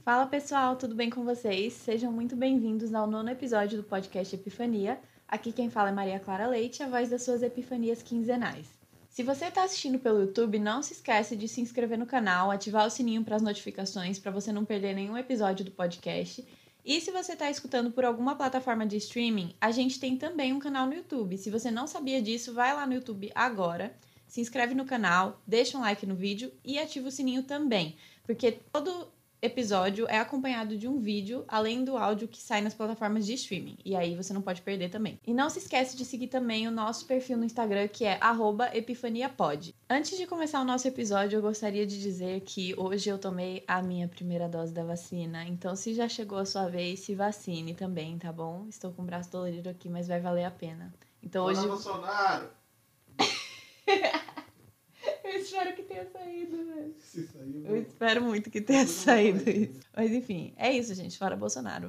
Fala pessoal, tudo bem com vocês? Sejam muito bem-vindos ao 9º episódio do podcast Epifania. Aqui quem fala é Maria Clara Leite, a voz das suas epifanias quinzenais. Se você está assistindo pelo YouTube, não se esquece de se inscrever no canal, ativar o sininho para as notificações para você não perder nenhum episódio do podcast. E se você está escutando por alguma plataforma de streaming, a gente tem também um canal no YouTube. Se você não sabia disso, vai lá no YouTube agora, se inscreve no canal, deixa um like no vídeo e ativa o sininho também, porque todo episódio é acompanhado de um vídeo, além do áudio que sai nas plataformas de streaming. E aí você não pode perder também. E não se esquece de seguir também o nosso perfil no Instagram, que é @epifaniapod. Antes de começar o nosso episódio, eu gostaria de dizer que hoje eu tomei a minha primeira dose da vacina. Então, se já chegou a sua vez, se vacine também, tá bom? Estou com o braço dolorido aqui, mas vai valer a pena. Então hoje... Bolsonaro! Eu espero que tenha saído, velho. Se saiu, Eu espero muito que tenha saído isso. Mas enfim, é isso, gente. Fora Bolsonaro.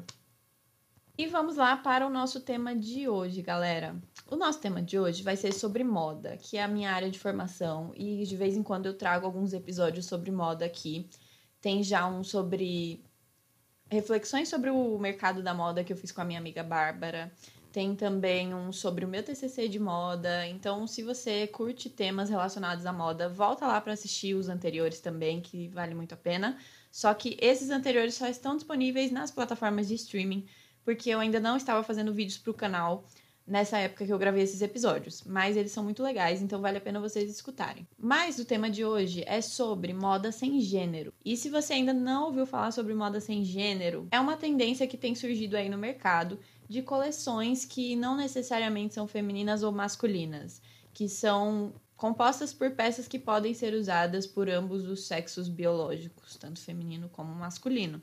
E vamos lá para o nosso tema de hoje, galera. O nosso tema de hoje vai ser sobre moda, que é a minha área de formação. E de vez em quando eu trago alguns episódios sobre moda aqui. Tem já um sobre reflexões sobre o mercado da moda que eu fiz com a minha amiga Bárbara. Tem também um sobre o meu TCC de moda. Então, se você curte temas relacionados à moda, volta lá para assistir os anteriores também, que vale muito a pena. Só que esses anteriores só estão disponíveis nas plataformas de streaming, porque eu ainda não estava fazendo vídeos para o canal nessa época que eu gravei esses episódios. Mas eles são muito legais, então vale a pena vocês escutarem. Mas o tema de hoje é sobre moda sem gênero. E se você ainda não ouviu falar sobre moda sem gênero, é uma tendência que tem surgido aí no mercado, de coleções que não necessariamente são femininas ou masculinas, que são compostas por peças que podem ser usadas por ambos os sexos biológicos, tanto feminino como masculino.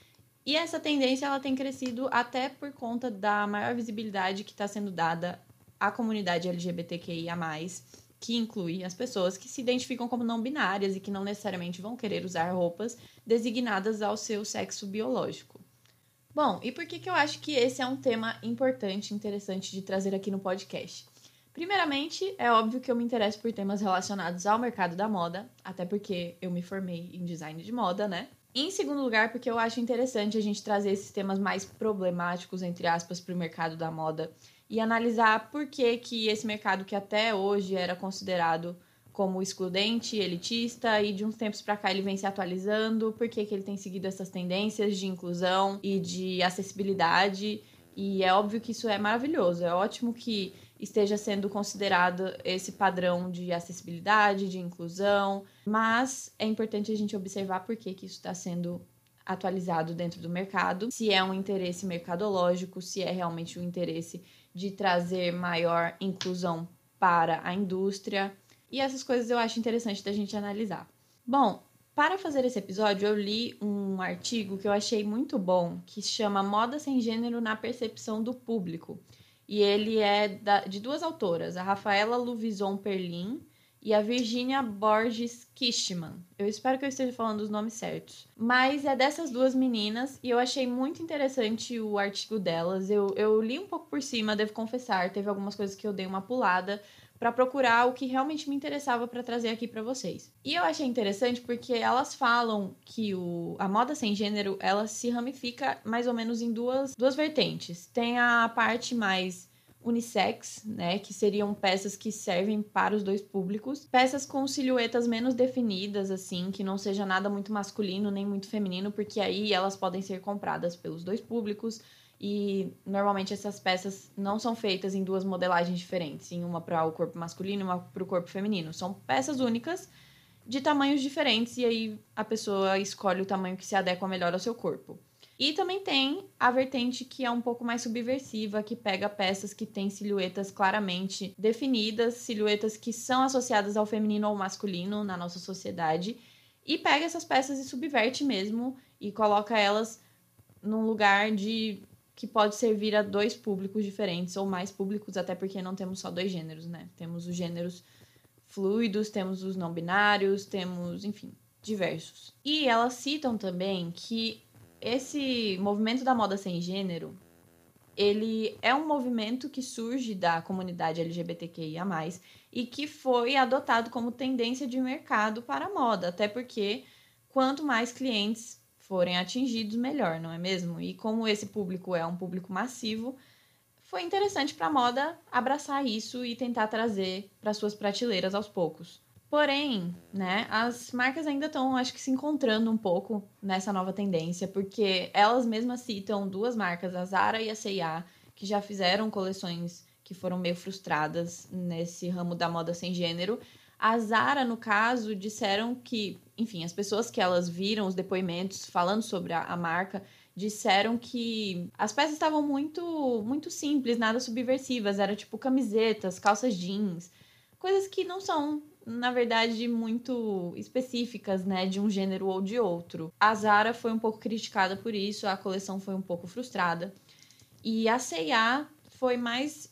E essa tendência ela tem crescido até por conta da maior visibilidade que está sendo dada à comunidade LGBTQIA+, que inclui as pessoas que se identificam como não binárias e que não necessariamente vão querer usar roupas designadas ao seu sexo biológico. Bom, e por que eu acho que esse é um tema importante e interessante de trazer aqui no podcast? Primeiramente, é óbvio que eu me interesso por temas relacionados ao mercado da moda, até porque eu me formei em design de moda, né? E em segundo lugar, porque eu acho interessante a gente trazer esses temas mais problemáticos, entre aspas, para o mercado da moda e analisar por que esse mercado que até hoje era considerado como excludente, elitista, e de uns tempos para cá ele vem se atualizando, porque que ele tem seguido essas tendências de inclusão e de acessibilidade, e é óbvio que isso é maravilhoso, é ótimo que esteja sendo considerado esse padrão de acessibilidade, de inclusão, mas é importante a gente observar por que isso está sendo atualizado dentro do mercado, se é um interesse mercadológico, se é realmente um interesse de trazer maior inclusão para a indústria. E essas coisas eu acho interessante da gente analisar. Bom, para fazer esse episódio, eu li um artigo que eu achei muito bom, que se chama Moda Sem Gênero na Percepção do Público. E ele é de duas autoras, a Rafaela Luvison Perlin e a Virginia Borges Kishman. Eu espero que eu esteja falando os nomes certos. Mas é dessas duas meninas e eu achei muito interessante o artigo delas. Eu li um pouco por cima, devo confessar, teve algumas coisas que eu dei uma pulada para procurar o que realmente me interessava para trazer aqui para vocês. E eu achei interessante porque elas falam que a moda sem gênero, ela se ramifica mais ou menos em duas vertentes. Tem a parte mais unissex, né, que seriam peças que servem para os dois públicos, peças com silhuetas menos definidas, assim, que não seja nada muito masculino nem muito feminino, porque aí elas podem ser compradas pelos dois públicos. E normalmente essas peças não são feitas em duas modelagens diferentes, em uma para o corpo masculino e uma para o corpo feminino. São peças únicas de tamanhos diferentes e aí a pessoa escolhe o tamanho que se adequa melhor ao seu corpo. E também tem a vertente que é um pouco mais subversiva, que pega peças que têm silhuetas claramente definidas, silhuetas que são associadas ao feminino ou masculino na nossa sociedade, e pega essas peças e subverte mesmo e coloca elas num lugar que pode servir a dois públicos diferentes, ou mais públicos, até porque não temos só dois gêneros, né? Temos os gêneros fluidos, temos os não binários, temos, enfim, diversos. E elas citam também que esse movimento da moda sem gênero, ele é um movimento que surge da comunidade LGBTQIA+, e que foi adotado como tendência de mercado para a moda, até porque quanto mais clientes forem atingidos, melhor, não é mesmo? E como esse público é um público massivo, foi interessante para a moda abraçar isso e tentar trazer para suas prateleiras aos poucos. Porém, né, as marcas ainda estão, acho que, se encontrando um pouco nessa nova tendência, porque elas mesmas citam duas marcas, a Zara e a C&A, que já fizeram coleções que foram meio frustradas nesse ramo da moda sem gênero. A Zara, no caso, disseram que, enfim, as pessoas que elas viram os depoimentos falando sobre a marca, disseram que as peças estavam muito simples, nada subversivas, era tipo camisetas, calças jeans, coisas que não são, na verdade, muito específicas, né, de um gênero ou de outro. A Zara foi um pouco criticada por isso, a coleção foi um pouco frustrada. E a C&A foi mais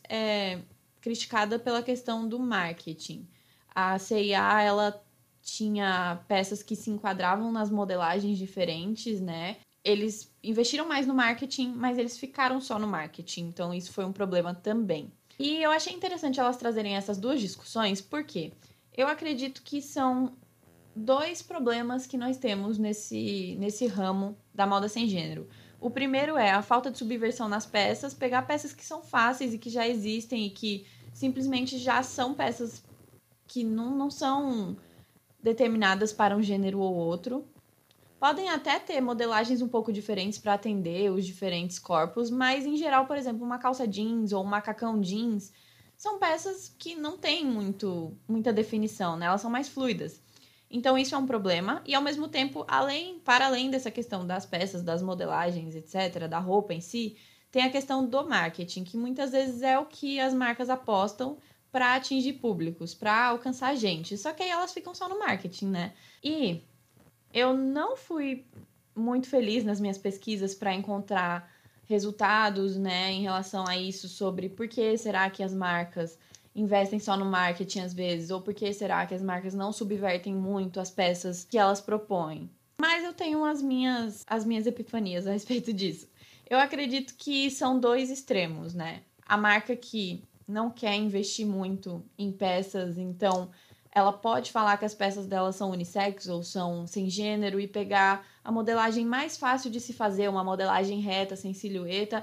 criticada pela questão do marketing. A C&A, ela tinha peças que se enquadravam nas modelagens diferentes, né? Eles investiram mais no marketing, mas eles ficaram só no marketing. Então, isso foi um problema também. E eu achei interessante elas trazerem essas duas discussões, porque eu acredito que são dois problemas que nós temos nesse ramo da moda sem gênero. O primeiro é a falta de subversão nas peças, pegar peças que são fáceis e que já existem e que simplesmente já são peças que não são determinadas para um gênero ou outro. Podem até ter modelagens um pouco diferentes para atender os diferentes corpos, mas em geral, por exemplo, uma calça jeans ou um macacão jeans são peças que não têm muita definição, né? Elas são mais fluidas. Então isso é um problema e ao mesmo tempo, para além dessa questão das peças, das modelagens, etc, da roupa em si, tem a questão do marketing, que muitas vezes é o que as marcas apostam para atingir públicos, para alcançar gente. Só que aí elas ficam só no marketing, né? E eu não fui muito feliz nas minhas pesquisas para encontrar resultados, né, em relação a isso, sobre por que será que as marcas investem só no marketing às vezes, ou por que será que as marcas não subvertem muito as peças que elas propõem. Mas eu tenho as minhas epifanias a respeito disso. Eu acredito que são dois extremos, né? A marca que não quer investir muito em peças, então ela pode falar que as peças dela são unissex ou são sem gênero e pegar a modelagem mais fácil de se fazer, uma modelagem reta, sem silhueta,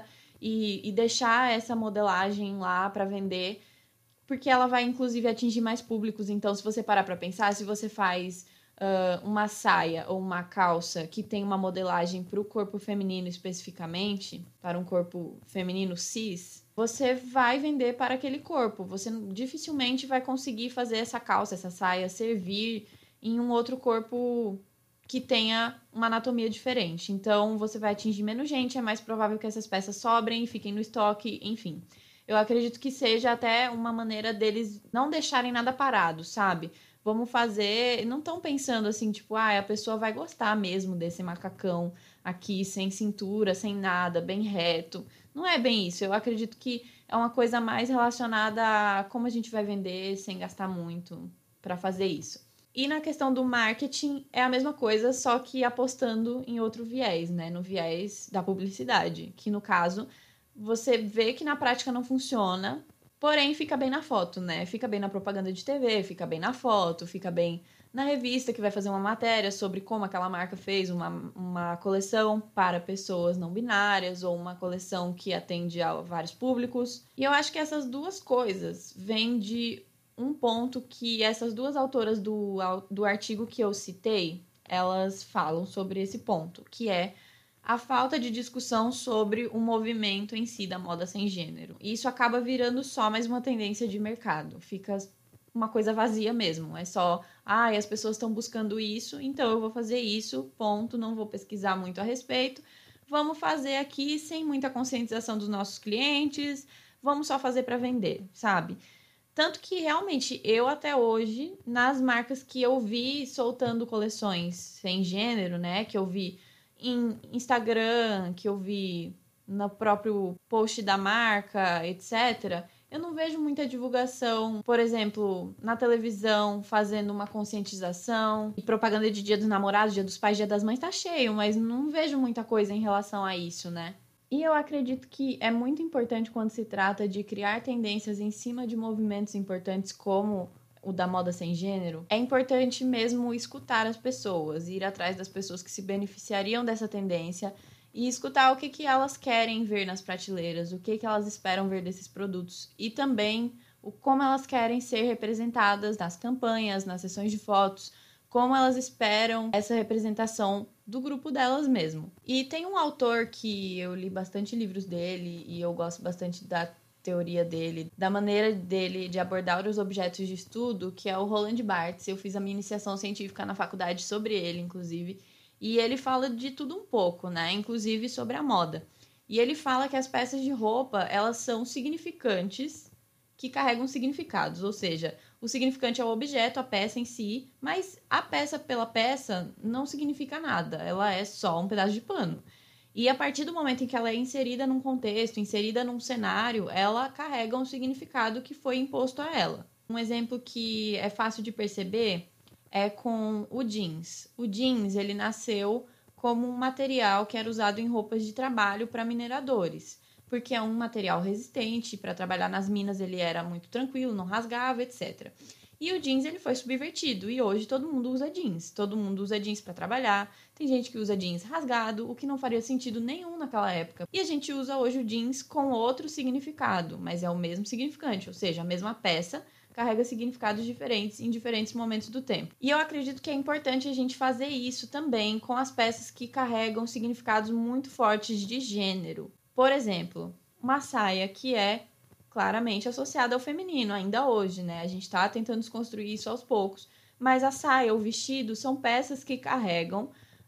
e deixar essa modelagem lá para vender, porque ela vai inclusive atingir mais públicos. Então, se você parar para pensar, se você faz uma saia ou uma calça que tem uma modelagem para o corpo feminino especificamente, para um corpo feminino cis, você vai vender para aquele corpo. Você dificilmente vai conseguir fazer essa calça, essa saia servir em um outro corpo que tenha uma anatomia diferente. Então, você vai atingir menos gente, é mais provável que essas peças sobrem e fiquem no estoque, enfim. Eu acredito que seja até uma maneira deles não deixarem nada parado, sabe? Vamos fazer. Não estão pensando assim, tipo, a pessoa vai gostar mesmo desse macacão aqui, sem cintura, sem nada, bem reto. Não é bem isso. Eu acredito que é uma coisa mais relacionada a como a gente vai vender sem gastar muito para fazer isso. E na questão do marketing é a mesma coisa, só que apostando em outro viés, né? No viés da publicidade, que no caso você vê que na prática não funciona, porém fica bem na foto, né? Fica bem na propaganda de TV, fica bem na foto, fica bem na revista que vai fazer uma matéria sobre como aquela marca fez uma coleção para pessoas não binárias ou uma coleção que atende a vários públicos. E eu acho que essas duas coisas vêm de um ponto que essas duas autoras do artigo que eu citei, elas falam sobre esse ponto, que é a falta de discussão sobre o movimento em si da moda sem gênero. E isso acaba virando só mais uma tendência de mercado. Fica uma coisa vazia mesmo. É só, as pessoas estão buscando isso, então eu vou fazer isso, ponto, não vou pesquisar muito a respeito. Vamos fazer aqui sem muita conscientização dos nossos clientes, vamos só fazer para vender, sabe? Tanto que realmente eu até hoje, nas marcas que eu vi soltando coleções sem gênero, né, que eu vi em Instagram, que eu vi no próprio post da marca, etc., eu não vejo muita divulgação, por exemplo, na televisão, fazendo uma conscientização. E propaganda de Dia dos Namorados, Dia dos Pais, Dia das Mães tá cheio, mas não vejo muita coisa em relação a isso, né? E eu acredito que é muito importante quando se trata de criar tendências em cima de movimentos importantes como o da moda sem gênero, é importante mesmo escutar as pessoas, ir atrás das pessoas que se beneficiariam dessa tendência e escutar o que elas querem ver nas prateleiras, o que elas esperam ver desses produtos e também como elas querem ser representadas nas campanhas, nas sessões de fotos, como elas esperam essa representação do grupo delas mesmo. E tem um autor que eu li bastante livros dele e eu gosto bastante da teoria dele, da maneira dele de abordar os objetos de estudo, que é o Roland Barthes. Eu fiz a minha iniciação científica na faculdade sobre ele, inclusive, e ele fala de tudo um pouco, né? Inclusive sobre a moda. E ele fala que as peças de roupa, elas são significantes que carregam significados, ou seja, o significante é o objeto, a peça em si, mas a peça pela peça não significa nada, ela é só um pedaço de pano. E a partir do momento em que ela é inserida num contexto, inserida num cenário, ela carrega um significado que foi imposto a ela. Um exemplo que é fácil de perceber é com o jeans. O jeans, ele nasceu como um material que era usado em roupas de trabalho para mineradores, porque é um material resistente, para trabalhar nas minas ele era muito tranquilo, não rasgava, etc. E o jeans ele foi subvertido e hoje todo mundo usa jeans. Todo mundo usa jeans para trabalhar. Tem gente que usa jeans rasgado, o que não faria sentido nenhum naquela época. E a gente usa hoje o jeans com outro significado, mas é o mesmo significante, ou seja, a mesma peça carrega significados diferentes em diferentes momentos do tempo. E eu acredito que é importante a gente fazer isso também com as peças que carregam significados muito fortes de gênero. Por exemplo, uma saia que é claramente associada ao feminino, ainda hoje, né? A gente está tentando desconstruir isso aos poucos. Mas a saia, o vestido, são peças que carregam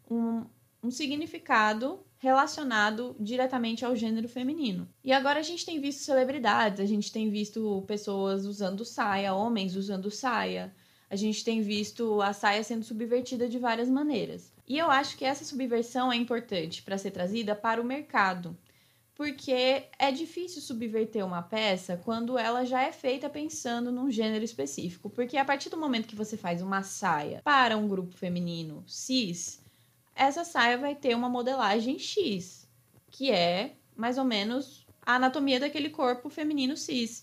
um significado relacionado diretamente ao gênero feminino. E agora a gente tem visto celebridades, a gente tem visto pessoas usando saia, homens usando saia, a gente tem visto a saia sendo subvertida de várias maneiras. E eu acho que essa subversão é importante para ser trazida para o mercado, porque é difícil subverter uma peça quando ela já é feita pensando num gênero específico. Porque a partir do momento que você faz uma saia para um grupo feminino cis, essa saia vai ter uma modelagem X, que é mais ou menos a anatomia daquele corpo feminino cis.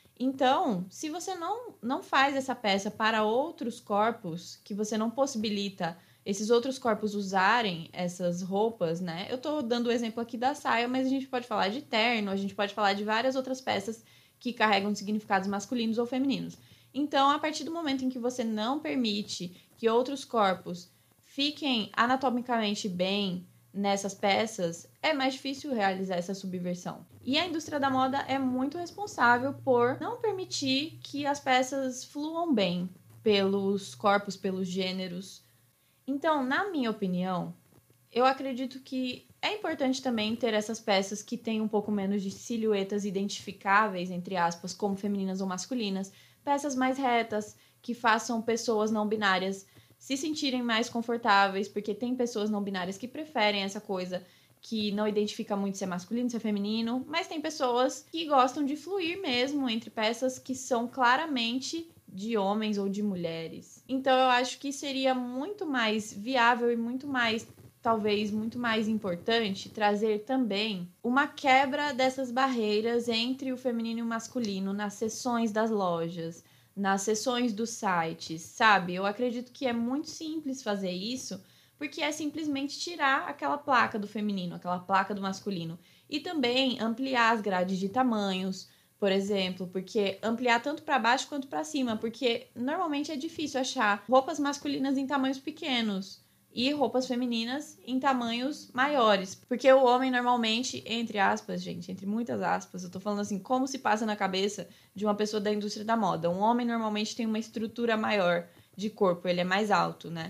Então, se você não faz essa peça para outros corpos, que você não possibilita esses outros corpos usarem essas roupas, né? Eu tô dando o exemplo aqui da saia, mas a gente pode falar de terno, a gente pode falar de várias outras peças que carregam significados masculinos ou femininos. Então, a partir do momento em que você não permite que outros corpos fiquem anatomicamente bem nessas peças, é mais difícil realizar essa subversão. E a indústria da moda é muito responsável por não permitir que as peças fluam bem pelos corpos, pelos gêneros. Então, na minha opinião, eu acredito que é importante também ter essas peças que têm um pouco menos de silhuetas identificáveis, entre aspas, como femininas ou masculinas, peças mais retas, que façam pessoas não binárias se sentirem mais confortáveis, porque tem pessoas não binárias que preferem essa coisa que não identifica muito se é masculino, se é feminino, mas tem pessoas que gostam de fluir mesmo entre peças que são claramente de homens ou de mulheres. Então eu acho que seria muito mais viável e muito mais, talvez muito mais importante, trazer também uma quebra dessas barreiras entre o feminino e o masculino nas seções das lojas, nas seções dos sites, sabe? Eu acredito que é muito simples fazer isso, porque é simplesmente tirar aquela placa do feminino, aquela placa do masculino, e também ampliar as grades de tamanhos, por exemplo, porque ampliar tanto para baixo quanto para cima, porque normalmente é difícil achar roupas masculinas em tamanhos pequenos e roupas femininas em tamanhos maiores, porque o homem normalmente, entre aspas, gente, entre muitas aspas, eu tô falando assim, como se passa na cabeça de uma pessoa da indústria da moda. Um homem normalmente tem uma estrutura maior de corpo, ele é mais alto, né?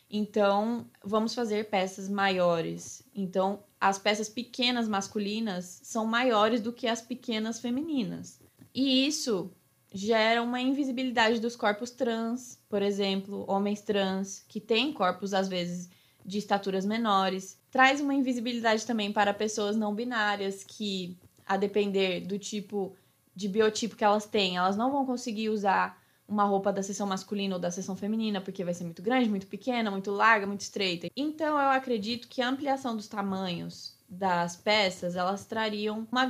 Então, vamos fazer peças maiores. Então, as peças pequenas masculinas são maiores do que as pequenas femininas. E isso gera uma invisibilidade dos corpos trans, por exemplo, homens trans, que têm corpos, às vezes, de estaturas menores. Traz uma invisibilidade também para pessoas não binárias, que, a depender do tipo de biotipo que elas têm, elas não vão conseguir usar uma roupa da seção masculina ou da seção feminina, porque vai ser muito grande, muito pequena, muito larga, muito estreita. Então eu acredito que a ampliação dos tamanhos das peças, elas trariam uma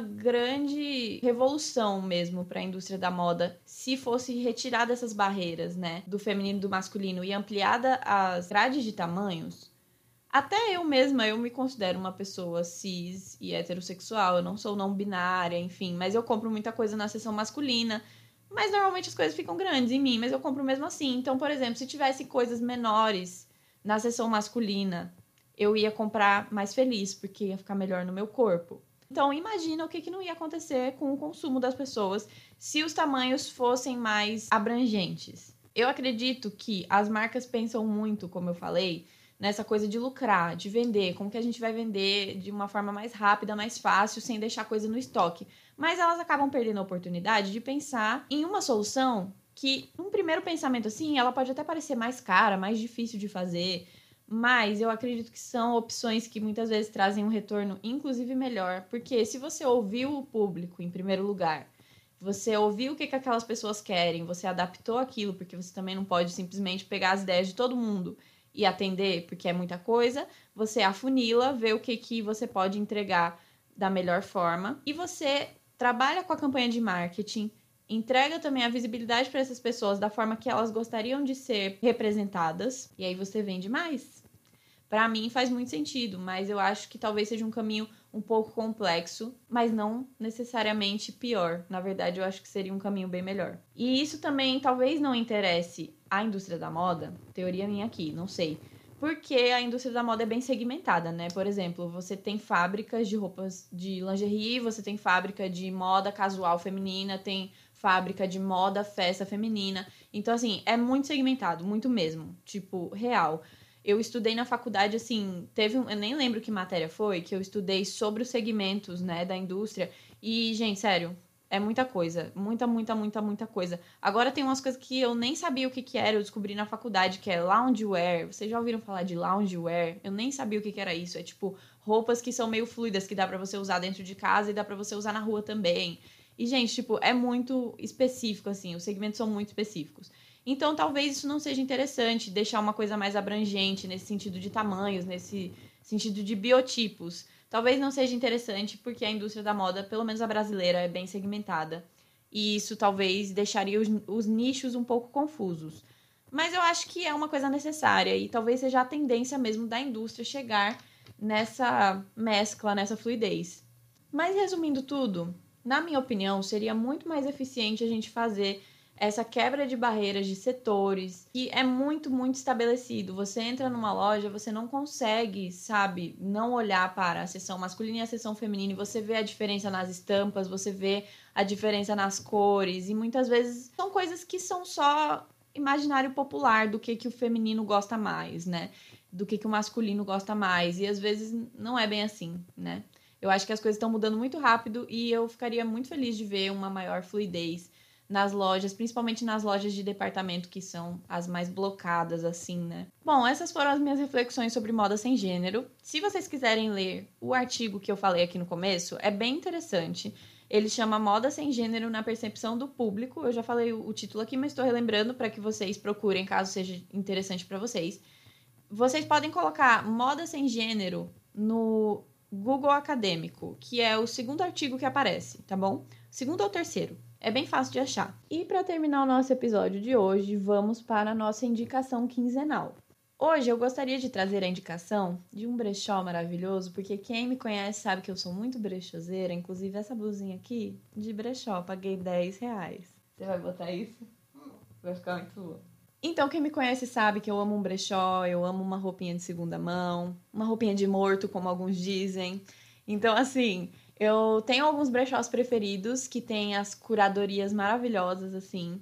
grande revolução mesmo para a indústria da moda se fosse retirada essas barreiras, né, do feminino e do masculino e ampliada as grades de tamanhos. Até eu mesma, eu me considero uma pessoa cis e heterossexual, eu não sou não binária, enfim, mas eu compro muita coisa na seção masculina, mas normalmente as coisas ficam grandes em mim, mas eu compro mesmo assim. Então, por exemplo, se tivesse coisas menores na seção masculina, eu ia comprar mais feliz, porque ia ficar melhor no meu corpo. Então, imagina o que não ia acontecer com o consumo das pessoas se os tamanhos fossem mais abrangentes. Eu acredito que as marcas pensam muito, como eu falei, nessa coisa de lucrar, de vender, como que a gente vai vender de uma forma mais rápida, mais fácil, sem deixar coisa no estoque. Mas elas acabam perdendo a oportunidade de pensar em uma solução que, num primeiro pensamento assim, ela pode até parecer mais cara, mais difícil de fazer, mas eu acredito que são opções que muitas vezes trazem um retorno, inclusive, melhor. Porque se você ouviu o público, em primeiro lugar, você ouviu o que aquelas pessoas querem, você adaptou aquilo, porque você também não pode simplesmente pegar as ideias de todo mundo e atender, porque é muita coisa, você afunila, vê o que você pode entregar da melhor forma e você trabalha com a campanha de marketing, entrega também a visibilidade para essas pessoas da forma que elas gostariam de ser representadas e aí você vende mais. Para mim faz muito sentido, mas eu acho que talvez seja um caminho um pouco complexo, mas não necessariamente pior. Na verdade, eu acho que seria um caminho bem melhor. E isso também talvez não interesse a indústria da moda, teoria minha aqui, não sei. Porque a indústria da moda é bem segmentada, né? Por exemplo, você tem fábricas de roupas de lingerie, você tem fábrica de moda casual feminina, tem fábrica de moda festa feminina. Então, assim, é muito segmentado, muito mesmo. Tipo, real. Eu estudei na faculdade, assim, eu nem lembro que matéria foi, que eu estudei sobre os segmentos, né, da indústria. E, gente, sério, é muita coisa. Muita coisa. Agora tem umas coisas que eu nem sabia o que era, eu descobri na faculdade, que é loungewear. Vocês já ouviram falar de loungewear? Eu nem sabia o que era isso. É tipo roupas que são meio fluidas, que dá pra você usar dentro de casa e dá pra você usar na rua também. E, gente, tipo, é muito específico, assim, os segmentos são muito específicos. Então, talvez isso não seja interessante, deixar uma coisa mais abrangente nesse sentido de tamanhos, nesse sentido de biotipos. Talvez não seja interessante porque a indústria da moda, pelo menos a brasileira, é bem segmentada. E isso talvez deixaria os nichos um pouco confusos. Mas eu acho que é uma coisa necessária e talvez seja a tendência mesmo da indústria chegar nessa mescla, nessa fluidez. Mas resumindo tudo, na minha opinião, seria muito mais eficiente a gente fazer essa quebra de barreiras de setores, que é muito estabelecido. Você entra numa loja, você não consegue, sabe, não olhar para a seção masculina e a seção feminina, e você vê a diferença nas estampas, você vê a diferença nas cores, e muitas vezes são coisas que são só imaginário popular do que o feminino gosta mais, né? Do que o masculino gosta mais, e às vezes não é bem assim, né? Eu acho que as coisas estão mudando muito rápido e eu ficaria muito feliz de ver uma maior fluidez nas lojas, principalmente nas lojas de departamento, que são as mais blocadas, assim, né? Bom, essas foram as minhas reflexões sobre moda sem gênero. Se vocês quiserem ler o artigo que eu falei aqui no começo, é bem interessante. Ele chama Moda Sem Gênero na Percepção do Público. Eu já falei o título aqui, mas estou relembrando para que vocês procurem, caso seja interessante para vocês. Vocês podem colocar Moda Sem Gênero no Google Acadêmico, que é o segundo artigo que aparece, tá bom? Segundo ou terceiro. É bem fácil de achar. E para terminar o nosso episódio de hoje, vamos para a nossa indicação quinzenal. Hoje eu gostaria de trazer a indicação de um brechó maravilhoso, porque quem me conhece sabe que eu sou muito brechoseira, inclusive essa blusinha aqui, de brechó, paguei R$10. Você vai botar isso? Vai ficar muito boa. Então, quem me conhece sabe que eu amo um brechó, eu amo uma roupinha de segunda mão, uma roupinha de morto, como alguns dizem. Então, assim, eu tenho alguns brechós preferidos que tem as curadorias maravilhosas, assim.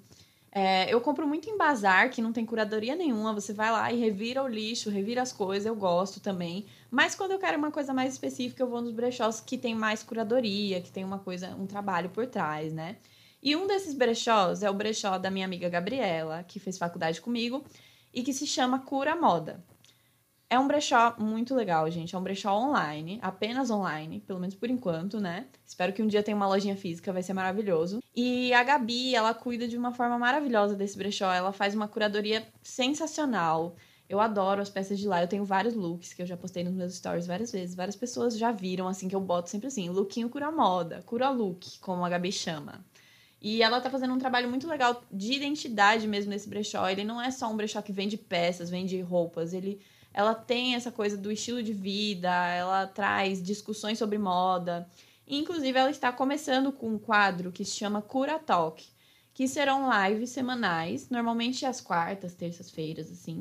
Eu compro muito em bazar, que não tem curadoria nenhuma. Você vai lá e revira o lixo, revira as coisas, eu gosto também. Mas quando eu quero uma coisa mais específica, eu vou nos brechós que tem mais curadoria, que tem uma coisa, um trabalho por trás, né? E um desses brechós é o brechó da minha amiga Gabriela, que fez faculdade comigo, e que se chama Cura Moda. É um brechó muito legal, gente. É um brechó online, apenas online, pelo menos por enquanto, né? Espero que um dia tenha uma lojinha física, vai ser maravilhoso. E a Gabi, ela cuida de uma forma maravilhosa desse brechó. Ela faz uma curadoria sensacional. Eu adoro as peças de lá. Eu tenho vários looks que eu já postei nos meus stories várias vezes. Várias pessoas já viram, assim, que eu boto sempre assim, lookinho cura moda, cura look, como a Gabi chama. E ela tá fazendo um trabalho muito legal de identidade mesmo nesse brechó. Ele não é só um brechó que vende peças, vende roupas. Ela tem essa coisa do estilo de vida, ela traz discussões sobre moda. E, inclusive, ela está começando com um quadro que se chama Cura Talk, que serão lives semanais, normalmente às quartas, terças-feiras, assim.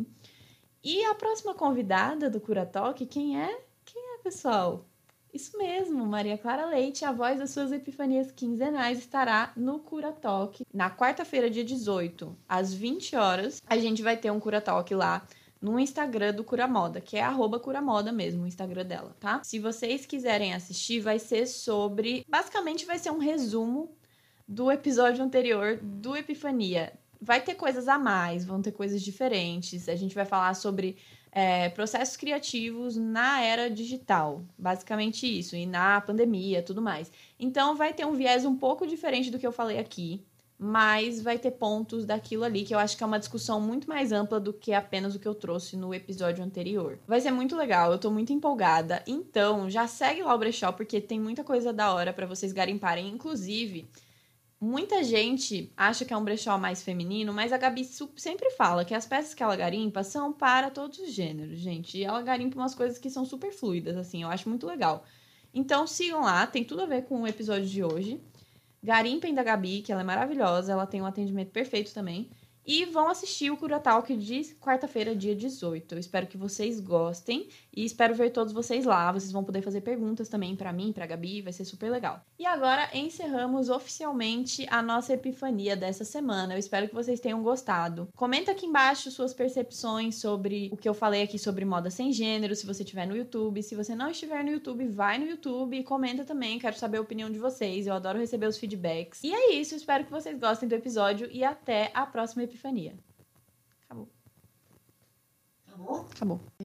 E a próxima convidada do Cura Talk, quem é? Quem é, pessoal? Isso mesmo, Maria Clara Leite, a voz das suas epifanias quinzenais, estará no Cura Talk. Na quarta-feira, dia 18, às 20 horas, a gente vai ter um Cura Talk lá no Instagram do Cura Moda, que é @curamoda mesmo, o Instagram dela, tá? Se vocês quiserem assistir, vai ser sobre... Basicamente, vai ser um resumo do episódio anterior do Epifania. Vai ter coisas a mais, vão ter coisas diferentes. A gente vai falar sobre processos criativos na era digital. Basicamente isso. E na pandemia, tudo mais. Então, vai ter um viés um pouco diferente do que eu falei aqui. Mas vai ter pontos daquilo ali que eu acho que é uma discussão muito mais ampla do que apenas o que eu trouxe no episódio anterior. Vai ser muito legal, eu tô muito empolgada. Então, já segue lá o brechó, porque tem muita coisa da hora pra vocês garimparem. Inclusive, muita gente acha que é um brechó mais feminino, mas a Gabi sempre fala que as peças que ela garimpa são para todos os gêneros, gente. E ela garimpa umas coisas que são super fluidas, assim, eu acho muito legal. Então sigam lá, tem tudo a ver com o episódio de hoje. Garimpem da Gabi, que ela é maravilhosa, ela tem um atendimento perfeito também. E vão assistir o Cura Talk de quarta-feira, dia 18. Eu espero que vocês gostem e espero ver todos vocês lá. Vocês vão poder fazer perguntas também pra mim, pra Gabi, vai ser super legal. E agora encerramos oficialmente a nossa epifania dessa semana. Eu espero que vocês tenham gostado. Comenta aqui embaixo suas percepções sobre o que eu falei aqui sobre moda sem gênero, se você estiver no YouTube. Se você não estiver no YouTube, vai no YouTube e comenta também. Quero saber a opinião de vocês. Eu adoro receber os feedbacks. E é isso, espero que vocês gostem do episódio e até a próxima epifania. Acabou. Acabou? Acabou.